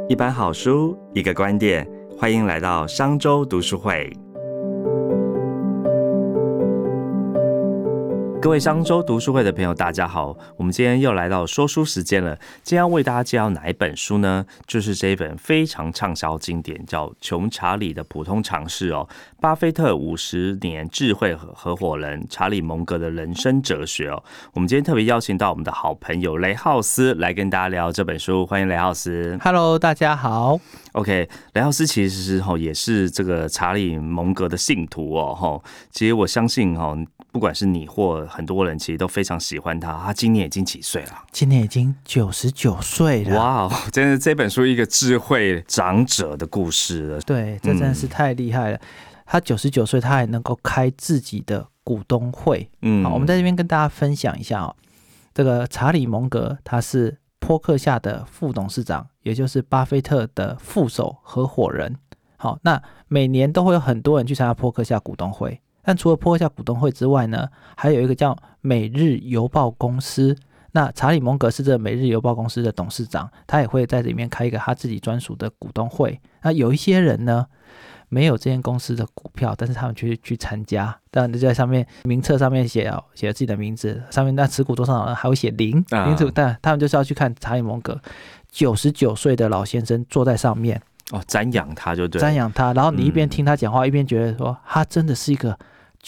一本好书，一个观点，欢迎来到商周读书会。各位商周读书会的朋友，大家好，我们今天又来到说书时间了。今天要为大家介绍哪一本书呢？就是这一本非常畅销经典，叫《穷查理的普通常识》哦。巴菲特50年智慧合伙人查理蒙格的人生哲学哦。我们今天特别邀请到我们的好朋友雷浩斯来跟大家聊这本书，欢迎雷浩斯。 Hello， 大家好。 OK， 雷浩斯其实也是这个查理蒙格的信徒哦。其实我相信不管是你或很多人，其实都非常喜欢他。他今年已经几岁了？ 今年已经99岁了。 哇，真的这本书一个智慧长者的故事了。 对，这真的是太厉害了。他99岁，他还能够开自己的股东会。好，我们在这边跟大家分享一下这个查理蒙格他是波克夏的副董事长，也就是巴菲特的副手合伙人。好，那每年都会有很多人去参加波克夏股东会。但除了波克夏股东会之外呢，还有一个叫每日邮报公司。那查理蒙格是这个每日邮报公司的董事长，他也会在里面开一个他自己专属的股东会。那有一些人呢，没有这间公司的股票，但是他们去参加，当然就在上面名册上面写了自己的名字，上面那持股多少人还会写零，但他们就是要去看查理蒙格99岁的老先生坐在上面瞻仰他就对， 瞻仰他，然后你一边听他讲话，一边觉得说他真的是一个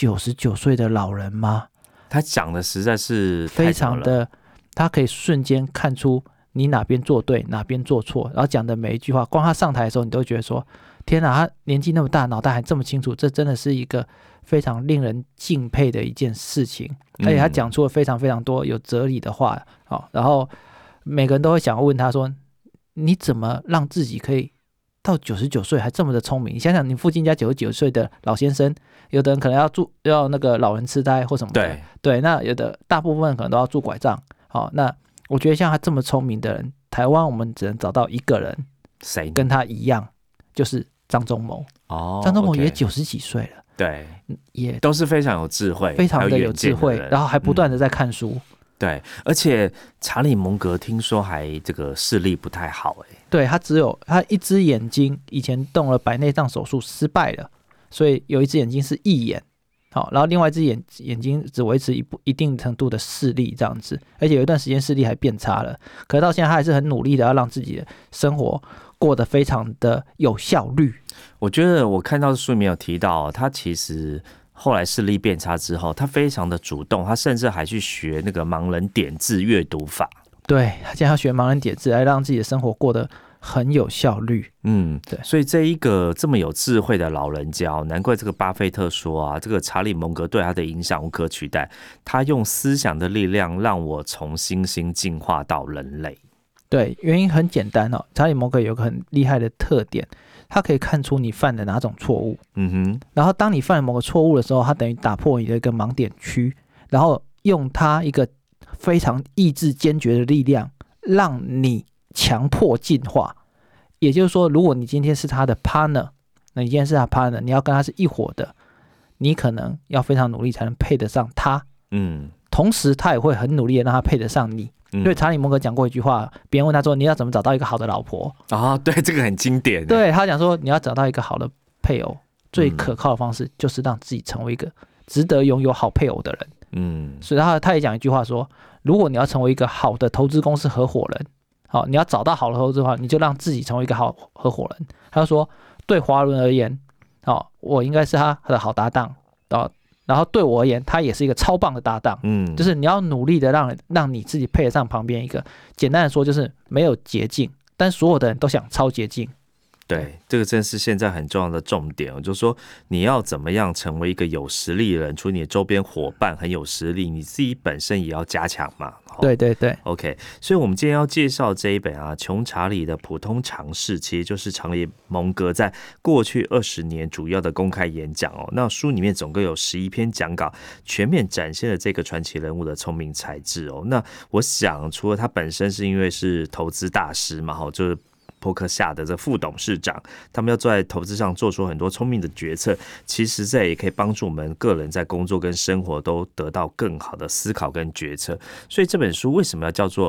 99岁的老人吗？ 他讲的实在是非常的，他可以瞬间看出你哪边做对，哪边做错，然后讲的每一句话，光他上台的时候，你都觉得说，天哪，他年纪那么大，脑袋还这么清楚，这真的是一个非常令人敬佩的一件事情。而且他讲出了非常非常多有哲理的话，然后每个人都会想要问他说，你怎么让自己可以到99岁还这么的聪明？你想想，你父亲家99岁的老先生，有的人可能要那个老人痴呆或什么的，对，那有的大部分可能都要拄拐杖。那我觉得像他这么聪明的人，台湾我们只能找到一个人，谁跟他一样，就是张忠谋。张忠谋也90几岁了， 对， 也都是非常有智慧， 非常的有智慧，然后还不断的在看书。 对，而且查理蒙格听说还这个视力不太好对，他只有他一只眼睛以前动了白内障手术失败了，所以有一只眼睛是义眼，然后另外一只眼睛只维持一定程度的视力这样子，而且有一段时间视力还变差了，可是到现在他还是很努力的要让自己的生活过得非常的有效率。 我觉得我看到书里面有提到，他其实后来视力变差之后，他非常的主动，他甚至还去学那个盲人点字阅读法。对， 他现在要学盲人点字来让自己的生活过得很有效率。 对，所以这一个这么有智慧的老人家，难怪这个巴菲特说这个查理蒙格对他的影响无可取代，他用思想的力量让我从猩猩进化到人类。 对，原因很简单查理蒙格有个很厉害的特点，他可以看出你犯了哪种错误。然后当你犯了某个错误的时候，他等于打破你的一个盲点区，然后用他一个非常意志坚决的力量，让你强迫进化。也就是说，如果你今天是他的 partner， 那你今天是他 partner， 你要跟他是一伙的，你可能要非常努力才能配得上他。同时他也会很努力的让他配得上你。所以查理蒙格讲过一句话，别人问他说，你要怎么找到一个好的老婆？ 对，这个很经典。 对，他讲说，你要找到一个好的配偶，最可靠的方式就是让自己成为一个值得拥有好配偶的人。所以他也讲一句话说，如果你要成为一个好的投资公司合伙人，你要找到好的投资的话，你就让自己成为一个好合伙人。他就说，对华伦而言，我应该是他的好搭档，然后对我而言，他也是一个超棒的搭档。就是你要努力的让你自己配得上旁边一个，简单的说就是没有捷径，但所有的人都想超捷径。 对，这个真是现在很重要的重点。就是说，你要怎么样成为一个有实力的人，除了你的周边伙伴很有实力，你自己本身也要加强嘛。 对对对 ，OK。所以我们今天要介绍这一本穷查理的普通常识，其实就是查理蒙格在过去20年主要的公开演讲那书里面总共有11篇讲稿，全面展现了这个传奇人物的聪明才智那我想，除了他本身是因为是投资大师嘛，就是波克夏的这副董事长，他们要在投资上做出很多聪明的决策，其实这也可以帮助我们个人在工作跟生活都得到更好的思考跟决策。所以这本书为什么要叫做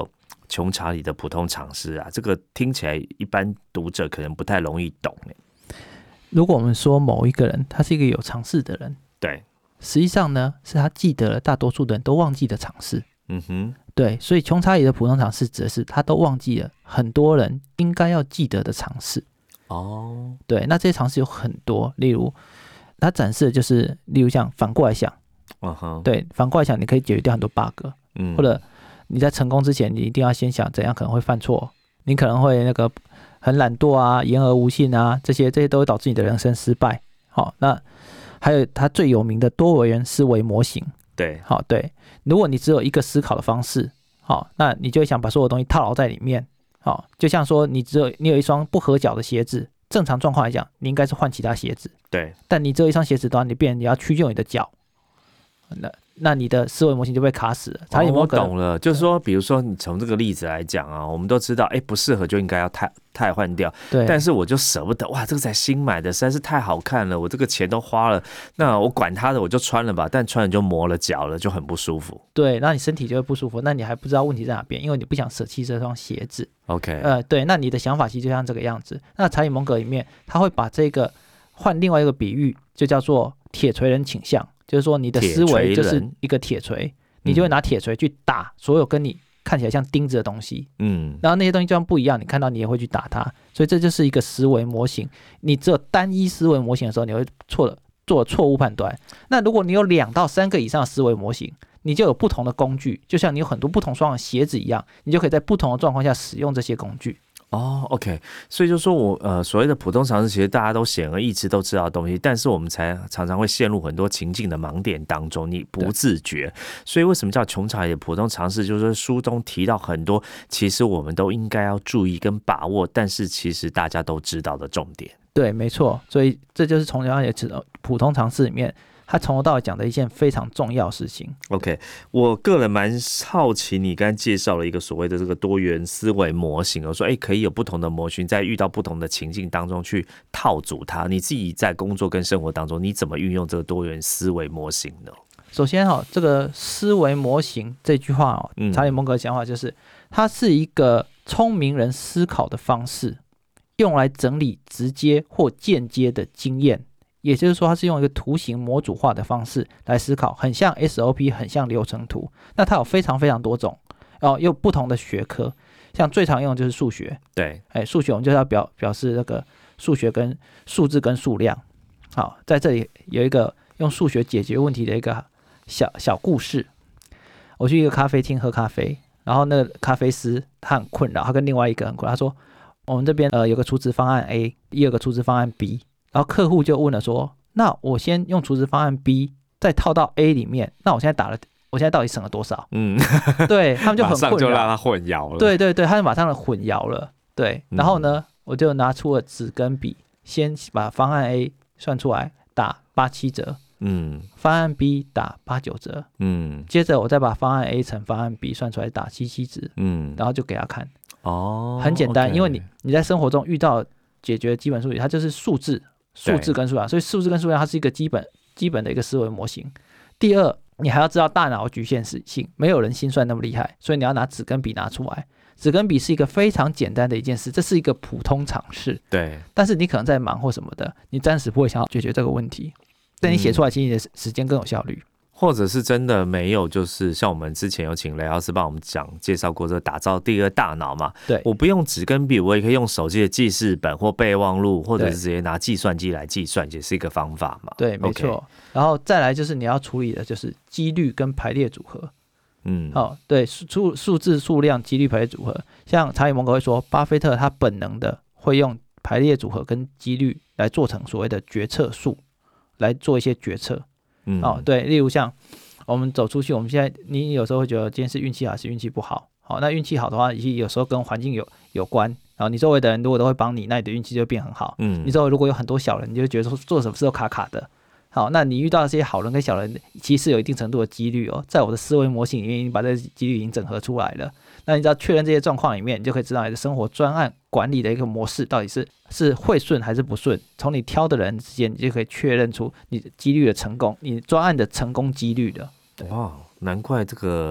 穷查理的普通常识啊？这个听起来一般读者可能不太容易懂。 如果我们说某一个人他是一个有常识的人， 对， 实际上呢是他记得了大多数的人都忘记的常识。对，所以穷查理的普通常识指的是他都忘记了很多人应该要记得的常识。对，那这些常识有很多，例如他展示的就是，例如像反过来想，对，反过来想你可以解决掉很多 bug，或者你在成功之前，你一定要先想怎样可能会犯错，你可能会那个很懒惰啊、言而无信啊，这些都会导致你的人生失败。好，那还有他最有名的多维元思维模型。 对， 好，对，如果你只有一个思考的方式，好，那你就会想把所有东西套牢在里面。好，就像说你有一双不合脚的鞋子，正常状况来讲，你应该是换其他鞋子。 对， 但你只有一双鞋子的话，你要屈就你的脚。那你的思维模型就被卡死了。 我懂了，就是说，比如说你从这个例子来讲啊，我们都知道，不适合就应该要汰换掉。 对， 但是我就舍不得，哇，这个才新买的，实在是太好看了，我这个钱都花了，那我管它的，我就穿了吧。但穿了就磨了脚了，就很不舒服。 对，那你身体就会不舒服，那你还不知道问题在哪边，因为你不想舍弃这双鞋子。 OK， 对，那你的想法其实就像这个样子。那查理蒙格里面，他会把这个换另外一个比喻，就叫做铁锤人倾向。就是说，你的思维就是一个铁锤，你就会拿铁锤去打所有跟你看起来像钉子的东西，然后那些东西就算不一样，你看到你也会去打它，所以这就是一个思维模型。你只有单一思维模型的时候，你会做错误判断。那如果你有2到3个以上的思维模型，你就有不同的工具，就像你有很多不同双的鞋子一样，你就可以在不同的状况下使用这些工具。 OK， 所以就说我所谓的普通常识，其实大家都显而易知都知道的东西，但是我们常常会陷入很多情境的盲点当中，你不自觉。所以为什么叫穷查理的普通常识？就是说书中提到很多，其实我们都应该要注意跟把握，但是其实大家都知道的重点。 对，没错。所以这就是从普通常识里面，他从头到尾讲的一件非常重要的事情。 OK， 我个人蛮好奇，你刚才介绍了一个所谓的这个多元思维模型，我说可以有不同的模型，在遇到不同的情境当中去套组它。你自己在工作跟生活当中，你怎么运用这个多元思维模型呢？ 首先这个思维模型这句话查理蒙格的想法就是，它是一个聪明人思考的方式，用来整理直接或间接的经验。也就是说，它是用一个图形模组化的方式来思考，很像 SOP， 很像流程图。那它有非常非常多种，有不同的学科，像最常用的就是数学。 对， 数学我们就要表示那个数学跟数字跟数量。好，在这里有一个用数学解决问题的一个小故事。我去一个咖啡厅喝咖啡，然后那个咖啡师他很困扰，他跟另外一个很困扰，他说我们这边有个储值方案 A， 也有个储值方案 B。然后客户就问了说，那我先用储值方案 B 再套到 A 里面，那我现在到底省了多少？对，他们就很困扰，马上就让他混淆了。 对对对，他就马上混淆了。对，然后呢，我就拿出了纸跟笔，先把方案 A 算出来打87折，方案 B 打89折，接着我再把方案 A 乘方案 B 算出来打77折，然后就给他看。很简单，因为你在生活中遇到解决基本数据，它就是数字跟数量，所以数字跟数量它是一个基本的一个思维模型。第二，你还要知道大脑的局限性，没有人心算那么厉害，所以你要拿纸跟笔拿出来。纸跟笔是一个非常简单的一件事，这是一个普通常识。 对， 但是你可能在忙或什么的，你暂时不会想要解决这个问题，但你写出来，其实你的时间更有效率。 或者是真的没有，就是像我们之前有请雷老师帮我们介绍过这个打造第二大脑嘛。 对， 我不用纸跟笔，我也可以用手机的记事本或备忘录，或者是直接拿计算机来计算，也是一个方法嘛。 对，没错。然后再来就是你要处理的就是几率跟排列组合。对，数字、数量、几率、排列组合。像查理蒙格会说，巴菲特他本能的会用排列组合跟几率来做成所谓的决策树，来做一些决策。对，例如像我们走出去，我们现在你有时候会觉得今天是运气好还是运气不好？那运气好的话，有时候跟环境有关。然后你周围的人如果都会帮你，那你的运气就会变很好。你周围如果有很多小人，你就会觉得说做什么事都卡卡的。好，那你遇到这些好人跟小人，其实有一定程度的几率在我的思维模型里面，已经把这个几率已经整合出来了。那你只要确认这些状况里面，你就可以知道你的生活专案管理的一个模式到底是会顺还是不顺。从你挑的人之间，你就可以确认出你的几率的成功，你专案的成功几率的。 哇，难怪这个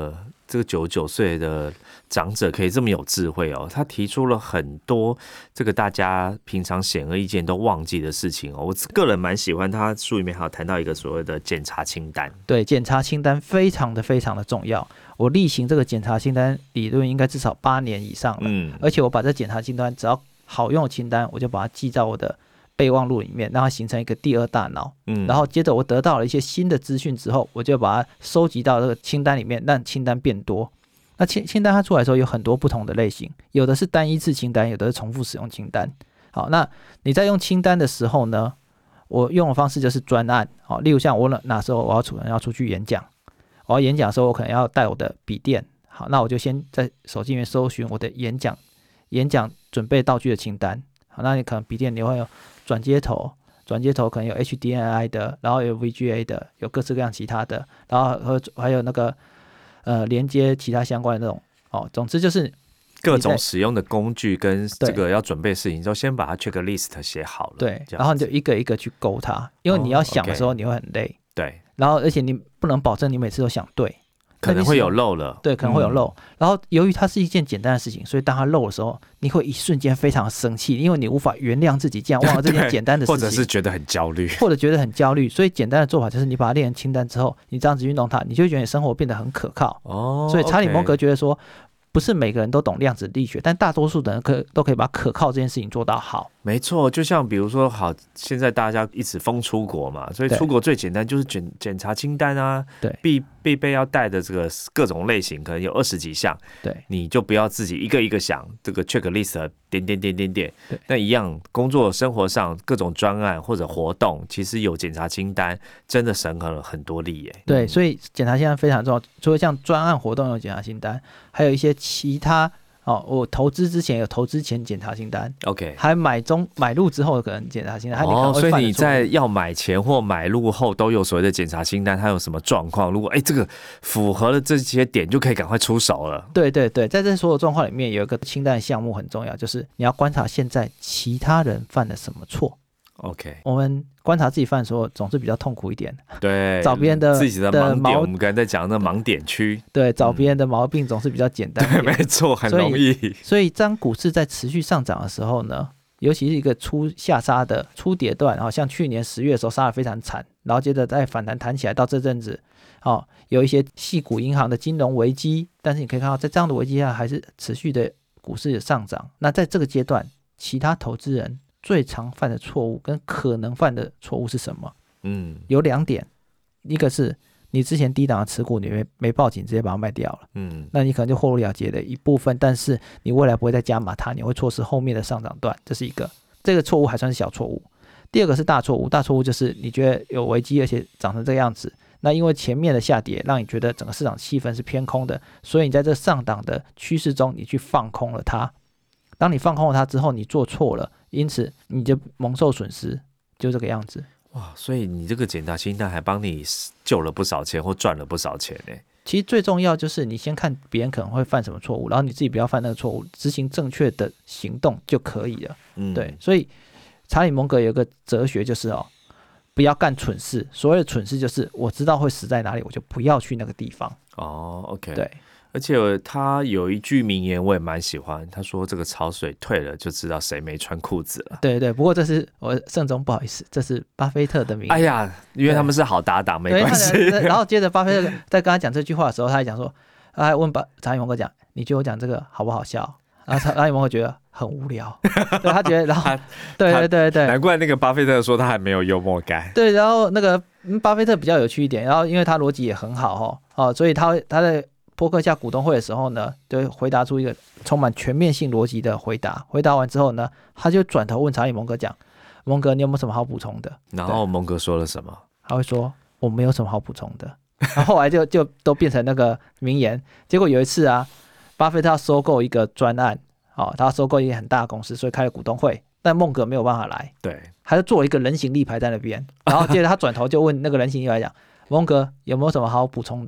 这个99岁的长者可以这么有智慧哦，他提出了很多这个大家平常显而易见都忘记的事情哦。我个人蛮喜欢他书里面还有谈到一个所谓的检查清单。 对，检查清单非常的重要。我例行这个检查清单理论应该至少8年以上了，而且我把这检查清单只要好用的清单，我就把它记在我的备忘录里面，让它形成一个第二大脑。然后接着我得到了一些新的资讯之后，我就把它收集到这个清单里面，让清单变多。那清单它出来的时候有很多不同的类型，有的是单一次清单，有的是重复使用清单。好，那你在用清单的时候呢，我用的方式就是专案。好，例如像我哪时候我要出去演讲，我要演讲的时候，我可能要带我的笔电。好，那我就先在手机里面搜寻我的演讲准备道具的清单。好，那你可能笔电你会有转接头可能有 HDMI 的，然后有 VGA 的，有各式各样其他的，然后还有那个连接其他相关的那种。总之就是各种使用的工具跟这个要准备的事情，就先把它 checklist 写好了。 对，然后你就一个一个去勾它，因为你要想的时候你会很累。 对， 然后而且你不能保证你每次都想对。 可能会有漏了， 对，可能会有漏。然后由于它是一件简单的事情，所以当它漏的时候，你会一瞬间非常生气，因为你无法原谅自己竟然忘了这件简单的事情， 或者是觉得很焦虑， 所以简单的做法就是你把它列成清单之后，你这样子运动它，你就会觉得你生活变得很可靠。所以查理蒙格觉得说，不是每个人都懂量子力学，但大多数的人都可以把可靠这件事情做到好。 没错，就像比如说，好，现在大家一直疯出国嘛，所以出国最简单就是检查清单啊， 对， 必备要带的这个各种类型，可能有20几项， 对， 你就不要自己一个一个想这个 checklist 点，那一样工作生活上各种专案或者活动，其实有检查清单，真的省了很多力耶。 对，所以检查清单非常重要，除了像专案活动有检查清单，还有一些其他。我投资之前有投资前检查清单 ，OK， 还买入之后可能检查清单， 所以你在要买前或买入后都有所谓的检查清单，它有什么状况？如果这个符合了这些点，就可以赶快出手了。 对，在这所有状况里面，有一个清单项目很重要，就是你要观察现在其他人犯了什么错。 OK， 我们观察自己犯的时候总是比较痛苦一点， 对， 找别人的自己的盲点，我们刚才在讲那盲点区， 对，找别人的毛病总是比较简单一点， 对，没错，很容易。 所以当股市在持续上涨的时候呢，尤其是一个下杀的初跌段，像去年10月的时候杀得非常惨，然后接着再反弹弹起来，到这阵子，有一些矽谷银行的金融危机，但是你可以看到，在这样的危机下，还是持续的股市的上涨。那在这个阶段，其他投资人最常犯的错误跟可能犯的错误是什么？有2点，一个是你之前低档的持股你没抱紧，直接把它卖掉了，那你可能就获利了结的一部分，但是你未来不会再加码它，你会错失后面的上涨段，这是一个，这个错误还算是小错误。第二个是大错误，大错误就是你觉得有危机而且涨成这个样子，那因为前面的下跌让你觉得整个市场气氛是偏空的，所以你在这上档的趋势中你去放空了它。当你放空了它之后，你做错了，因此你就蒙受损失，就这个样子。 哇，所以你这个检查清单还帮你救了不少钱或赚了不少钱呢。 其实最重要就是你先看别人可能会犯什么错误，然后你自己不要犯那个错误，执行正确的行动就可以了。对，所以查理蒙格有一个哲学就是不要干蠢事。所谓的蠢事就是我知道会死在哪里，我就不要去那个地方。 OK， 对。 而且他有一句名言我也蛮喜欢，他说这个潮水退了就知道谁没穿裤子了。 对，不过这是我盛总不好意思，这是巴菲特的名言。 哎呀，因为他们是好搭档，没关系。 然后接着巴菲特在跟他讲这句话的时候，他还讲说，他还问查理蒙格讲，你觉得我讲这个好不好笑？然后查理蒙格觉得很无聊，对，他觉得，然后对， 难怪那个巴菲特说他还没有幽默感。 对，然后那个巴菲特比较有趣一点，然后因为他逻辑也很好所以他在波克夏股东会的时候呢，就回答出一个充满全面性逻辑的回答。回答完之后呢，他就转头问查理蒙格讲：“蒙格，你有没有什么好补充的？” 然后蒙格说了什么？ 他会说：“我没有什么好补充的。”然后后来就都变成那个名言。结果有一次啊，巴菲特要收购一个专案，他要收购一个很大的公司，所以开了股东会，但蒙格没有办法来， 对， 他就做了一个人形立牌在那边。然后接着他转头就问那个人形立牌讲：“蒙格有没有什么好补充的？”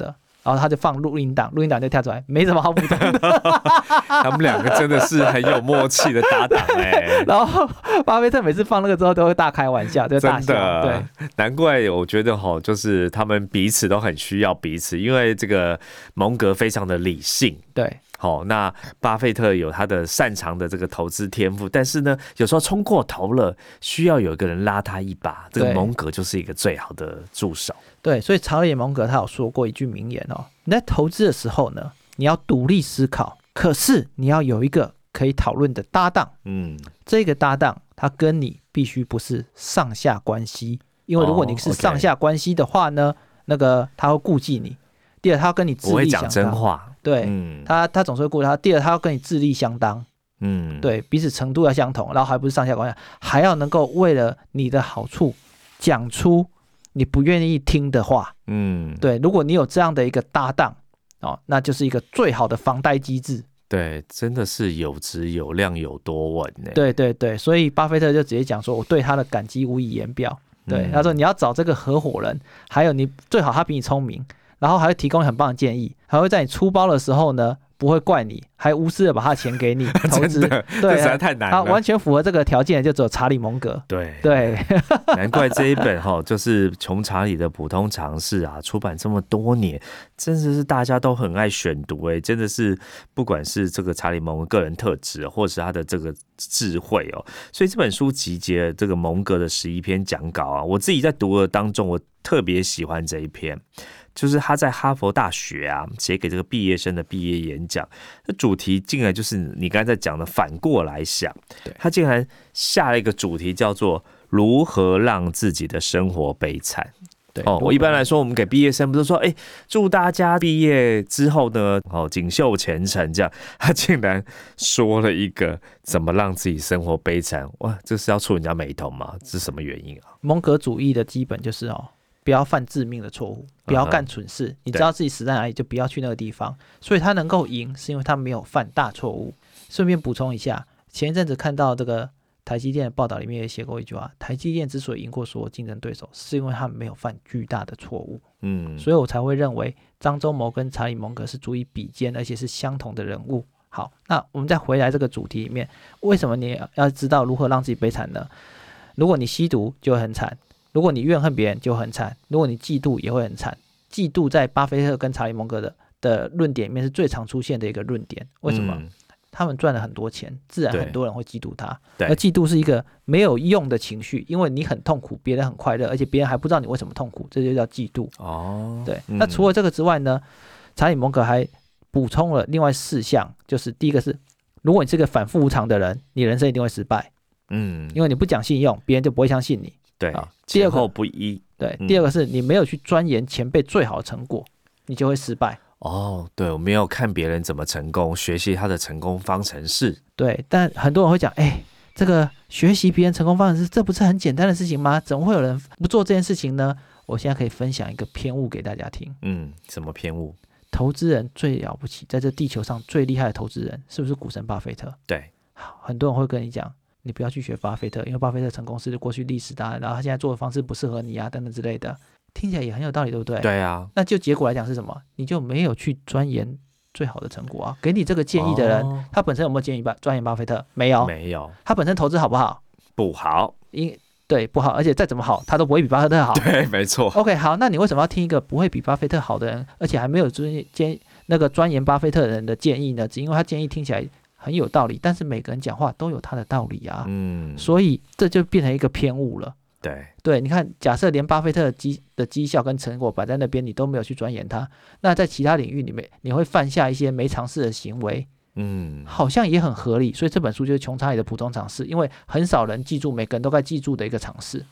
然后他就放录音档，录音档就跳出来，没什么好补充的。 他们两个真的是很有默契的搭档然后巴菲特每次放那个之后都会大开玩笑，就大笑。对， 难怪我觉得就是他们彼此都很需要彼此，因为这个蒙格非常的理性。 对。 那巴菲特有他的擅长的这个投资天赋，但是呢，有时候冲过头了，需要有一个人拉他一把。这个蒙格就是一个最好的助手。 对，所以查理蒙格他有说过一句名言你在投资的时候呢，你要独立思考，可是你要有一个可以讨论的搭档。这个搭档他跟你必须不是上下关系，因为如果你是上下关系的话呢，那个他会顾忌你。第二，他要跟你智力相当，不会讲真话。对，他总是会顾他。第二，他要跟你智力相当，对，彼此程度要相同，然后还不是上下关系，还要能够为了你的好处讲出你不愿意听的话。对，如果你有这样的一个搭档那就是一个最好的防呆机制。 对，真的是有质有量有多稳。 对对对，所以巴菲特就直接讲说，我对他的感激无以言表。对，他说你要找这个合伙人，还有你最好他比你聪明。然后还会提供很棒的建议，还会在你出包的时候呢，不会怪你，还无私的把他的钱给你投资。对， 这实在太难了。 他完全符合这个条件的就只有查理蒙格。 对，难怪这一本就是《穷查理的普通常识》啊，出版这么多年，真的是大家都很爱选读。真的是不管是这个查理蒙格个人特质，或是他的这个智慧所以这本书集结了这个蒙格的11篇讲稿啊。我自己在读的当中，我特别喜欢这一篇。就是他在哈佛大学啊写给这个毕业生的毕业演讲，这主题竟然就是你刚才在讲的反过来想，他竟然下了一个主题叫做如何让自己的生活悲惨。我一般来说，我们给毕业生不是说，祝大家毕业之后呢，锦绣前程这样，他竟然说了一个怎么让自己生活悲惨。哇，这是要触人家眉头吗？这是什么原因啊？ 蒙格主义的基本就是不要犯致命的错误，不要干蠢事。你知道自己死在哪里，就不要去那个地方。所以他能够赢，是因为他没有犯大错误。顺便补充一下，前一阵子看到这个台积电的报道里面也写过一句话：台积电之所以赢过所有竞争对手，是因为他们没有犯巨大的错误。所以我才会认为张忠谋跟查理蒙格是足以比肩，而且是相同的人物。好，那我们再回来这个主题里面，为什么你要知道如何让自己悲惨呢？如果你吸毒就会很惨。如果你怨恨别人就很惨，如果你嫉妒也会很惨。嫉妒在巴菲特跟查理蒙格的论点里面是最常出现的一个论点。为什么？他们赚了很多钱，自然很多人会嫉妒他。而嫉妒是一个没有用的情绪，因为你很痛苦，别人很快乐，而且别人还不知道你为什么痛苦，这就叫嫉妒。对。那除了这个之外呢，查理蒙格还补充了另外4项，就是第一个是，如果你是个反复无常的人，你人生一定会失败。因为你不讲信用，别人就不会相信你。 对，前后不一。 对，第二个是你没有去钻研前辈最好的成果，你就会失败。 对，我没有看别人怎么成功，学习他的成功方程式。 对，但很多人会讲，这个学习别人成功方程式，这不是很简单的事情吗？怎么会有人不做这件事情呢？我现在可以分享一个偏误给大家听。 什么偏误？ 投资人最了不起，在这地球上最厉害的投资人，是不是股神巴菲特？ 对。 好，很多人会跟你讲，你不要去学巴菲特，因为巴菲特成功是过去历史的，然后他现在做的方式不适合你啊，等等之类的，听起来也很有道理，对不对？ 对啊。 那就结果来讲是什么？你就没有去钻研最好的成果啊。给你这个建议的人，他本身有没有建议钻研巴菲特？没有。他本身投资好不好？不好。对，不好，而且再怎么好，他都不会比巴菲特好。 对，没错。 OK， 好，那你为什么要听一个不会比巴菲特好的人，而且还没有钻研巴菲特的人的建议呢？只因为他建议听起来很有道理，但是每个人讲话都有他的道理啊。所以这就变成一个偏误了。对，你看，假设连巴菲特的绩效跟成果摆在那边，你都没有去钻研它，那在其他领域里面，你会犯下一些没常识的行为。好像也很合理。所以这本书就是穷查理的普通常识，因为很少人记住，每个人都该记住的一个常识。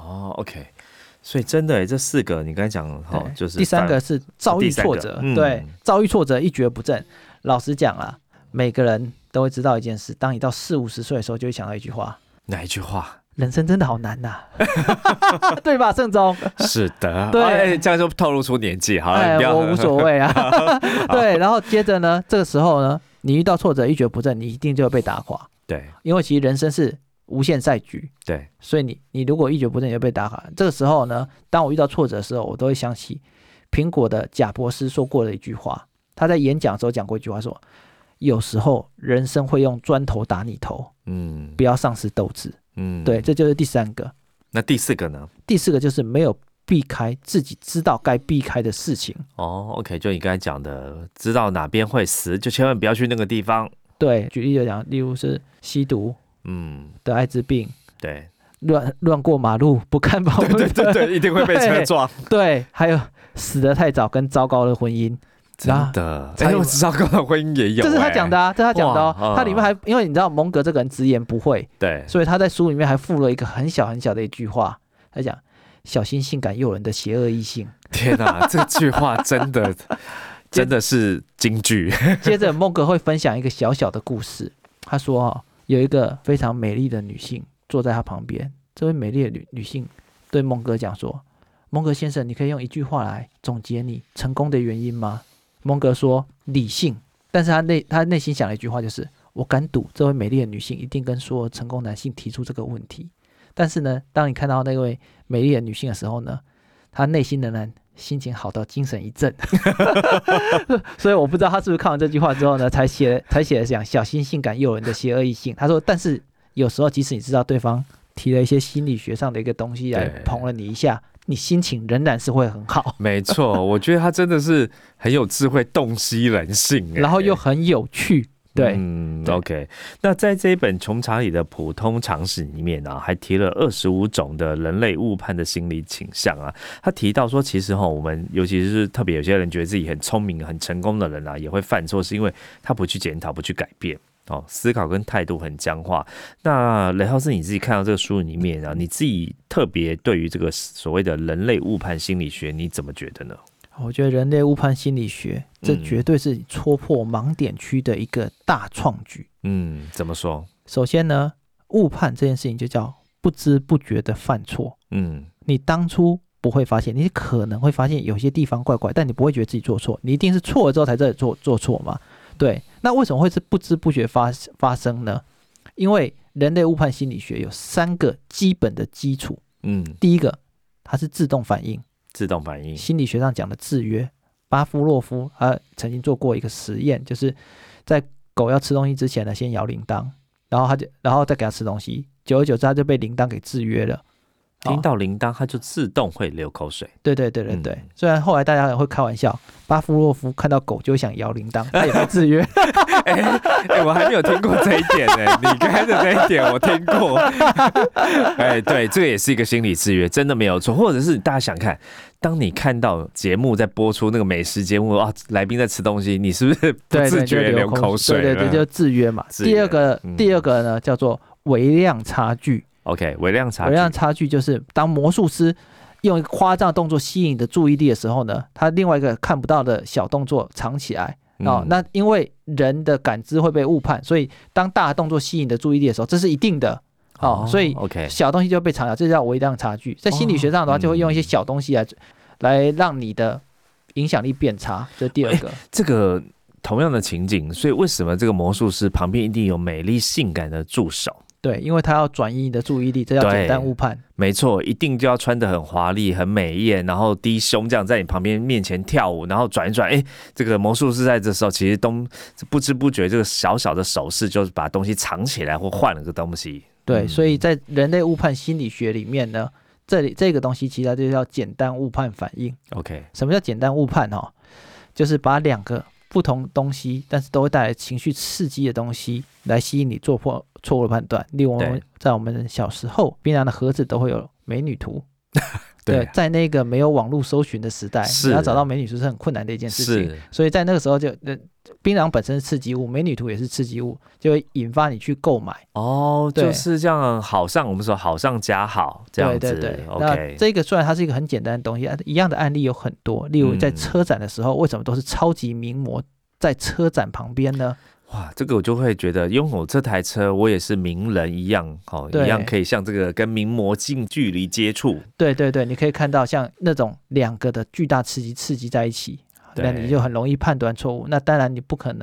OK。所以真的这4个你刚才讲就是第3个是遭遇挫折。对，遭遇挫折一蹶不振。老实讲啊，每个人都会知道一件事，当你到40-50岁的时候，就会想到一句话。 哪一句话？ 人生真的好难呐。对吧，盛忠？ 是的。 对， 这样就透露出年纪。好了，不要。 我无所谓啊。对，然后接着呢，这个时候呢，你遇到挫折一蹶不振，你一定就会被打垮。 对， 因为其实人生是无限赛局。 对， 所以你如果一蹶不振，你就被打垮。这个时候呢，当我遇到挫折的时候，我都会想起苹果的贾博士说过的一句话，他在演讲的时候讲过一句话说，有时候人生会用砖头打你头，不要丧失斗志。对，这就是第3个。 那第4个呢？ 第4个就是没有避开自己知道该避开的事情。 OK， 就你刚才讲的，知道哪边会死，就千万不要去那个地方。 对，举例来讲，例如是吸毒，得艾滋病， 对， 乱过马路，不看保护， 对，一定会被车撞。 对，还有死得太早跟糟糕的婚姻。 真的，我糟糕的婚姻也有， 这是他讲的啊，这是他讲的哦。他里面还因为你知道蒙格这个人直言不讳， 对， 所以他在书里面还附了一个很小很小的一句话，他讲小心性感诱人的邪恶异性。 天哪，这句话真的是金句。 接着蒙格会分享一个小小的故事，他说有一个非常美丽的女性坐在他旁边，这位美丽的女性对蒙格讲说，蒙格先生，你可以用一句话来总结你成功的原因吗？蒙格说理性，但是他内心想了一句话，就是我敢赌这位美丽的女性一定跟所有成功男性提出这个问题，但是呢，当你看到那位美丽的女性的时候呢，她内心仍然心情好到精神一振。所以我不知道他是不是看完这句话之后呢，才写了讲小心性感诱人的邪恶异性。他说，但是有时候即使你知道对方提了一些心理学上的一个东西来捧了你一下，你心情仍然是会很好。 没错，我觉得他真的是很有智慧，洞悉人性， 然后又很有趣。对 ，OK。那在这一本《穷查理的普通常识》里面啊，还提了25种的人类误判的心理倾向啊。他提到说，其实我们尤其是特别有些人觉得自己很聪明、很成功的人啊，也会犯错，是因为他不去检讨、不去改变。思考跟态度很僵化。那雷浩斯，你自己看到这个书里面啊，你自己特别对于这个所谓的人类误判心理学，你怎么觉得呢？ 我觉得人类误判心理学，这绝对是戳破盲点区的一个大创举。 怎么说？ 首先呢，误判这件事情就叫不知不觉的犯错。你当初不会发现，你可能会发现有些地方怪怪，但你不会觉得自己做错，你一定是错了之后才在做错嘛。对，那为什么会是不知不觉发生呢？因为人类误判心理学有3个基本的基础。第一个，它是自动反应。心理学上讲的制约。巴夫洛夫曾经做过一个实验，就是在狗要吃东西之前呢，先摇铃铛，然后再给它吃东西，久而久之，它就被铃铛给制约了。 听到铃铛，它就自动会流口水。 对。虽然后来大家也会开玩笑，巴夫洛夫看到狗就想摇铃铛，他也会制约。 我还没有听过这一点呢。你刚才的那一点我听过。对，这个也是一个心理制约，真的没有错。或者是大家想看，当你看到节目在播出那个美食节目来宾在吃东西，你是不是不自觉流口水？ 对，就制约嘛。第二个呢，叫做微量差距。 OK， 微量差距就是当魔术师用一个夸张的动作吸引你的注意力的时候呢，他另外一个看不到的小动作藏起来。那因为人的感知会被误判，所以当大的动作吸引你的注意力的时候，这是一定的。所以小东西就被藏了，这叫微量差距。在心理学上的话，就会用一些小东西来让你的影响力变差。这是第二个。 这个同样的情景，所以为什么这个魔术师旁边一定有美丽性感的助手？ 对，因为他要转移你的注意力，这叫简单误判。 没错，一定就要穿得很华丽、很美艳，然后低胸这样在你旁边面前跳舞，然后转一转，这个魔术师在这时候其实都不知不觉，这个小小的手势就是把东西藏起来或换了个东西。 对，所以在人类误判心理学里面呢，这个东西其实它就叫简单误判反应。 OK， 什么叫简单误判？就是把2个不同东西，但是都会带来情绪刺激的东西来吸引你做错误的判断。例如在我们小时候，槟榔的盒子都会有美女图。对，在那个没有网络搜寻的时代，你要找到美女图是很困难的一件事情。所以在那个时候槟榔本身是刺激物，美女图也是刺激物，就会引发你去购买。 就是这样，我们说好上加好这样子。 对。那这个虽然它是一个很简单的东西，一样的案例有很多。例如在车展的时候，为什么都是超级名模在车展旁边呢？ 哇，这个我就会觉得拥有这台车，我也是名人一样，一样可以像这个跟名模近距离接触。对， 你可以看到像那种2个的巨大刺激在一起，那你就很容易判断错误。那当然你不可能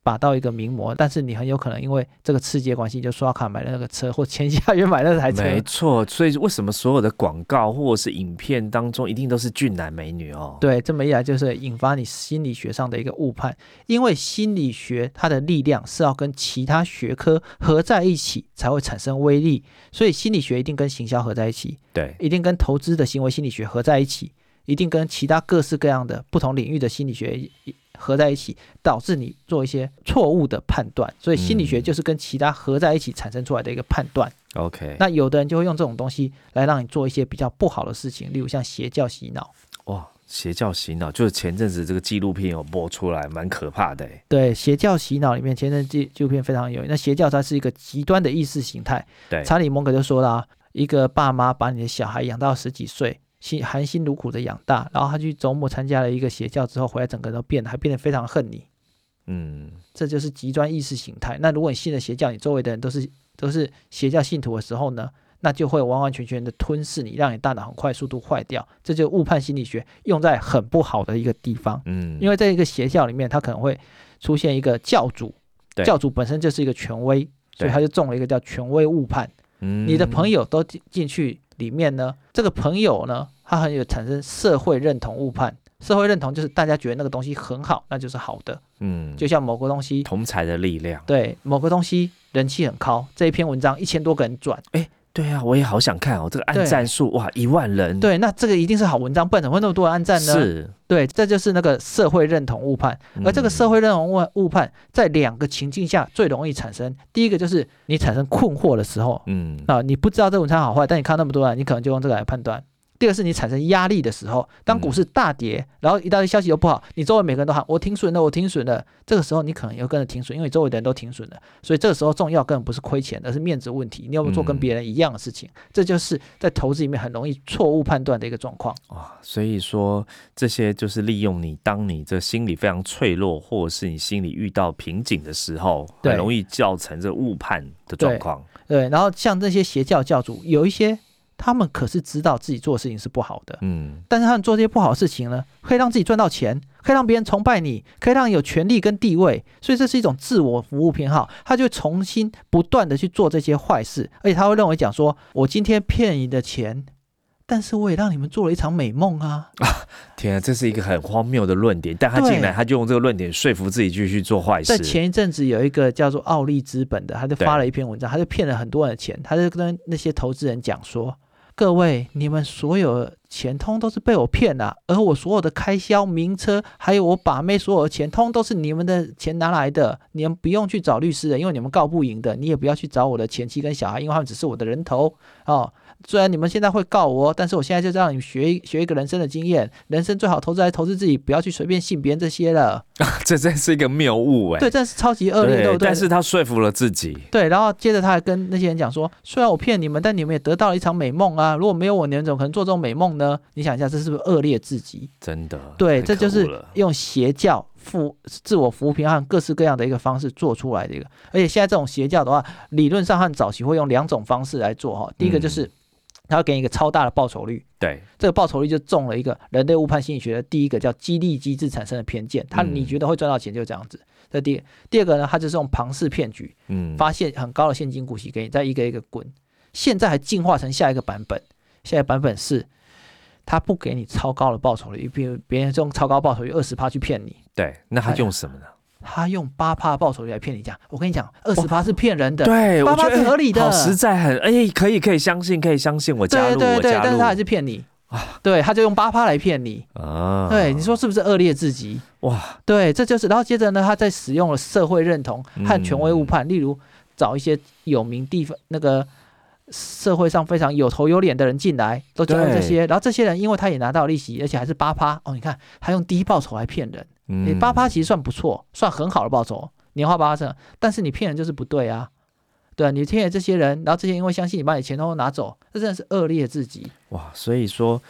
把到一个名模，但是你很有可能因为这个刺激的关系，就刷卡买了那个车，或签下约买那台车。 没错，所以为什么所有的广告或者是影片当中一定都是俊男美女哦？ 对，这么一来就是引发你心理学上的一个误判，因为心理学它的力量是要跟其他学科合在一起才会产生威力，所以心理学一定跟行销合在一起， 对， 一定跟投资的行为心理学合在一起，一定跟其他各式各样的不同领域的心理学合在一起，导致你做一些错误的判断。所以心理学就是跟其他合在一起产生出来的一个判断。 OK， 那有的人就会用这种东西来让你做一些比较不好的事情，例如像邪教洗脑。 哇，邪教洗脑就是前阵子这个纪录片有播出来，蛮可怕的耶。 对，邪教洗脑里面前阵纪录片非常有名。那邪教它是一个极端的意识形态。 对， 查理蒙格就说了，一个爸妈把你的小孩养到10几岁，含辛茹苦的养大，然后他去周末参加了一个邪教之后，回来整个人都变了，还变得非常恨你。这就是极端意识形态。那如果你信了邪教，你周围的人都是邪教信徒的时候呢，那就会完完全全的吞噬你，让你大脑很快速度坏掉。这就是误判心理学用在很不好的一个地方。因为在一个邪教里面，它可能会出现一个教主，教主本身就是一个权威，所以他就中了一个叫权威误判。你的朋友都进去里面呢，这个朋友呢，他很有产生社会认同误判。社会认同就是大家觉得那个东西很好，那就是好的。就像某个东西同侪的力量， 对，某个东西人气很高，这一篇文章1000多个人转， 对啊，我也好想看哦，这个按赞数哇10000人， 对，那这个一定是好文章，不然怎么会那么多人按赞呢？ 是， 对，这就是那个社会认同误判。而这个社会认同误判在2个情境下最容易产生。第一个就是你产生困惑的时候，你不知道这文章好坏，但你看那么多人，你可能就用这个来判断。第二个是你产生压力的时候，当股市大跌，然后一大堆消息又不好，你周围每个人都喊我停损了，我停损了，这个时候你可能又跟着停损，因为周围的人都停损了，所以这个时候重要根本不是亏钱，而是面子问题，你有没有做跟别人一样的事情？这就是在投资里面很容易错误判断的一个状况。 所以说这些就是利用你当你这心理非常脆弱，或者是你心里遇到瓶颈的时候，很容易造成这误判的状况。 对，然后像这些邪教教主，有一些他们可是知道自己做的事情是不好的，但是他们做这些不好的事情呢，可以让自己赚到钱，可以让别人崇拜你，可以让你有权利跟地位，所以这是一种自我服务偏好，他就会重新不断的去做这些坏事，而且他会认为讲说，我今天骗你的钱，但是我也让你们做了一场美梦啊！ 天啊，这是一个很荒谬的论点，但他进来他就用这个论点说服自己继续做坏事。 在前一阵子有一个叫做奥利资本的，他就发了一篇文章，他就骗了很多人的钱，他就跟那些投资人讲说，各位，你们所有钱通都是被我骗了，而我所有的开销、名车，还有我把妹所有的钱，通都是你们的钱拿来的。你们不用去找律师的，因为你们告不赢的。你也不要去找我的前妻跟小孩，因为他们只是我的人头虽然你们现在会告我，但是我现在就让你们学一个人生的经验。人生最好投资还是投资自己，不要去随便信别人这些了。 这真是一个谬误对，这是超级恶劣，对不对？ 但是他说服了自己。对， 然后接着他还跟那些人讲说，虽然我骗你们，但你们也得到了一场美梦啊！如果没有我，你们怎么可能做这种美梦呢？你想一下，这是不是恶劣至极？ 真的。 对，这就是用邪教自我服务偏好各式各样的一个方式做出来的一个。而且现在这种邪教的话，理论上和早期会用2种方式来做第一个就是他会给你一个超大的报酬率， 对， 这个报酬率就中了一个人类误判心理学的第一个叫激励机制产生的偏见，你觉得会赚到钱就这样子。这第二个呢，他就是用庞氏骗局，发现很高的现金股息给你，再一个一个滚。现在还进化成下一个版本，下一个版本是他不给你超高的报酬率，比如别人用超高报酬率20%去骗你， 对，那他用什么呢？ 他用8%的报酬率来骗你，讲我跟你讲，20%是骗人的， 对 ，8%是合理的， 好实在，很可以相信，我加入， 对，但是他还是骗你对，他就用8%来骗你对，你说是不是恶劣至极？哇，对，这就是，然后接着呢，他在使用了社会认同和权威误判，例如找一些有名地方那个社会上非常有头有脸的人进来，都教这些，然后这些人因为他也拿到利息，而且还是8%你看他用低报酬来骗人。8%其实算不错，算很好的报酬，年化8%，但是你骗人就是不对啊。对啊，你骗了这些人，然后这些因为相信你把你钱都拿走，这真的是恶劣至极。 哇，所以说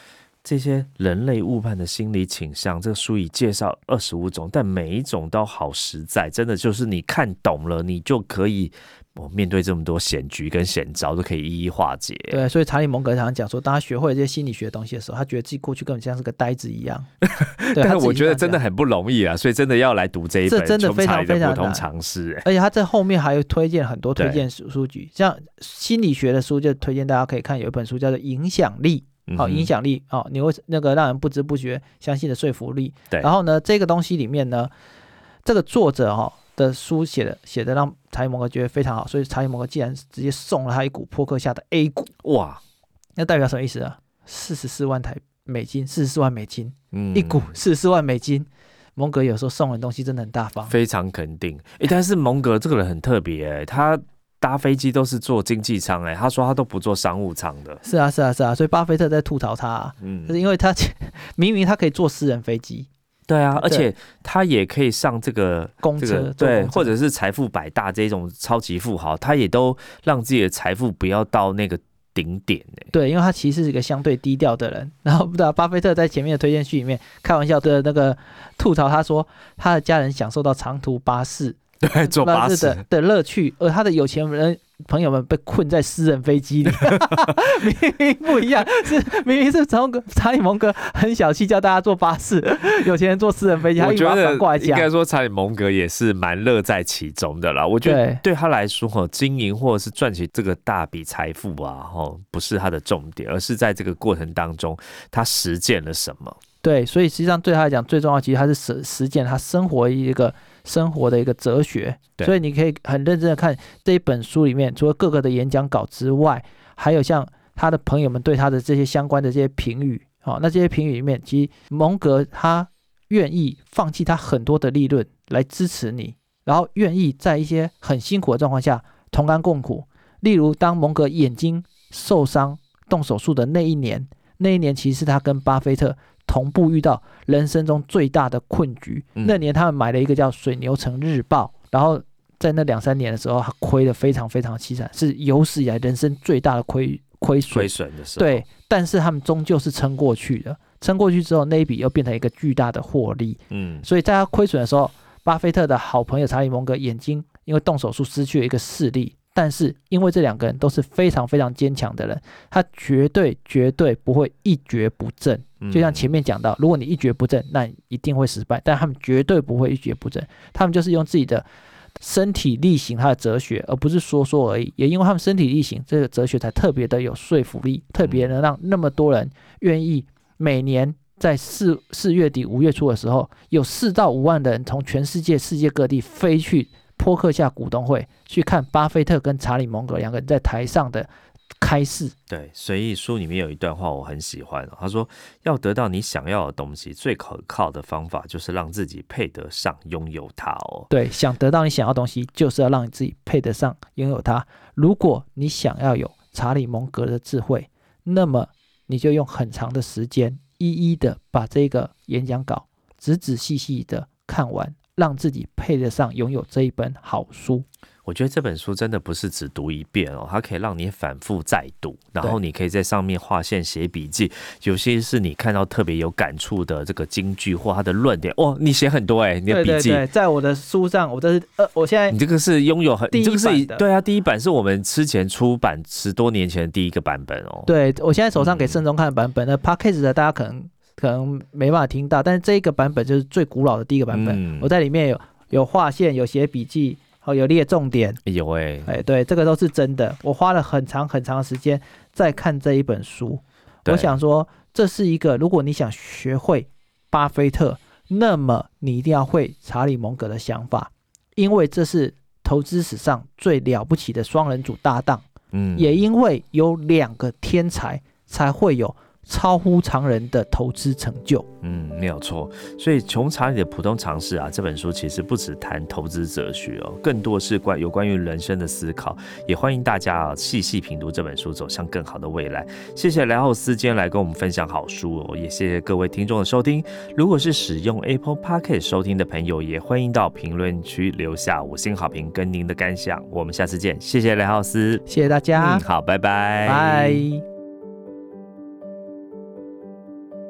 这些人类误判的心理倾向，这个书里介绍25种，但每一种都好实在，真的就是你看懂了，你就可以面对这么多险局跟险招都可以一一化解。 对，所以查理蒙格常常讲说，当他学会了这些心理学的东西的时候，他觉得自己过去根本像是个呆子一样。 但是我觉得真的很不容易啊，所以真的要来读这一本这真的非常非常普通常识。 而且他在后面还有推荐很多推荐书籍，像心理学的书就推荐大家可以看，有一本书叫做《影响力》。影响力你会那个让人不知不觉相信的说服力。 对， 然后呢，这个东西里面呢，这个作者的书写的让查理蒙格觉得非常好，所以查理蒙格竟然直接送了他一股波克夏的 A 股。 哇， 那代表什么意思啊？44万美金，44万美金，一股44万美金。蒙格有时候送人东西真的很大方， 非常肯定。但是蒙格这个人很特别，他搭飞机都是坐经济舱，他说他都不坐商务舱的。 是啊，所以巴菲特在吐槽他，就是因为他明明他可以坐私人飞机， 对啊，而且他也可以上这个公车， 对，或者是财富百大这种超级富豪，他也都让自己的财富不要到那个顶点。 对，因为他其实是一个相对低调的人。然后巴菲特在前面的推荐序里面开玩笑的那个吐槽，他说他的家人享受到长途巴士。 对，坐巴士的乐趣，而他的有钱人朋友们被困在私人飞机里，明明不一样，明明是查理蒙格很小气，叫大家坐巴士，有钱人坐私人飞机，他硬把它反过来讲。 应该说查理蒙格也是蛮乐在其中的啦。我觉得对他来说，经营或者是赚取这个大笔财富啊，不是他的重点，而是在这个过程当中，他实践了什么。 对，所以实际上对他来讲最重要，其实他是实践他生活的一个哲学。所以你可以很认真的看这一本书里面，除了各个的演讲稿之外，还有像他的朋友们对他的这些相关的这些评语。那这些评语里面，其实蒙格他愿意放弃他很多的利润来支持你，然后愿意在一些很辛苦的状况下同甘共苦。例如当蒙格眼睛受伤动手术的那一年其实是他跟巴菲特同步遇到人生中最大的困局。那年他们买了一个叫水牛城日报，然后在那2-3年的时候，他亏得非常非常凄惨，是有史以来人生最大的亏损的时候。 对，但是他们终究是撑过去的。撑过去之后，那一笔又变成一个巨大的获利。所以在他亏损的时候，巴菲特的好朋友查理蒙格眼睛因为动手术失去了一个视力。但是因为这两个人都是非常非常坚强的人，他绝对不会一蹶不振。就像前面讲到，如果你一蹶不振，那一定会失败，但他们绝对不会一蹶不振。他们就是用自己的身体力行他的哲学，而不是说而已。也因为他们身体力行这个哲学，才特别的有说服力，特别能让那么多人愿意每年在4月底5月初的时候，有4到5万的人从全世界各地飞去波克夏股东会去看巴菲特跟查理蒙格两个人在台上的开示。 对，所以书里面有一段话我很喜欢，他说要得到你想要的东西，最可靠的方法就是让自己配得上拥有它。 对，想得到你想要的东西，就是要让你自己配得上拥有它。如果你想要有查理蒙格的智慧，那么你就用很长的时间一一的把这个演讲稿仔仔细细的看完，让自己配得上拥有这一本好书。 我觉得这本书真的不是只读一遍它可以让你反复再读，然后你可以在上面画线写笔记，有些是你看到特别有感触的这个金句或他的论点，你写很多你的笔记。 对，在我的书上，我现在你这个是拥有第一版的， 这个是对啊，第一版是我们之前出版10多年前的第一个版本对，我现在手上给慎重看的版本，那 Podcast 的大家可能没办法听到，但是这个版本就是最古老的第一个版本。我在里面有画线，有写笔记。有列重点， 有对，这个都是真的。我花了很长的时间在看这一本书。我想说，这是一个，如果你想学会巴菲特，那么你一定要会查理蒙格的想法，因为这是投资史上最了不起的双人组搭档。也因为有2个天才，才会有超乎常人的投资成就。 没有错。所以穷查理的普通常识这本书其实不只谈投资哲学更多是有关于人生的思考，也欢迎大家细细品读这本书，走向更好的未来。谢谢莱浩斯今天来跟我们分享好书也谢谢各位听众的收听。如果是使用 Apple Podcast 收听的朋友，也欢迎到评论区留下5星好评跟您的感想。我们下次见，谢谢莱浩斯， 谢谢大家。 好，拜拜， 拜。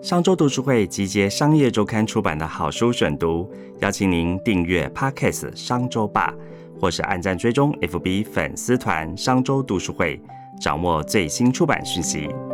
商周读书会集结商业周刊出版的好书选读，邀请您订阅 Podcast 商周吧，或是按赞追踪 FB 粉丝团商周读书会，掌握最新出版讯息。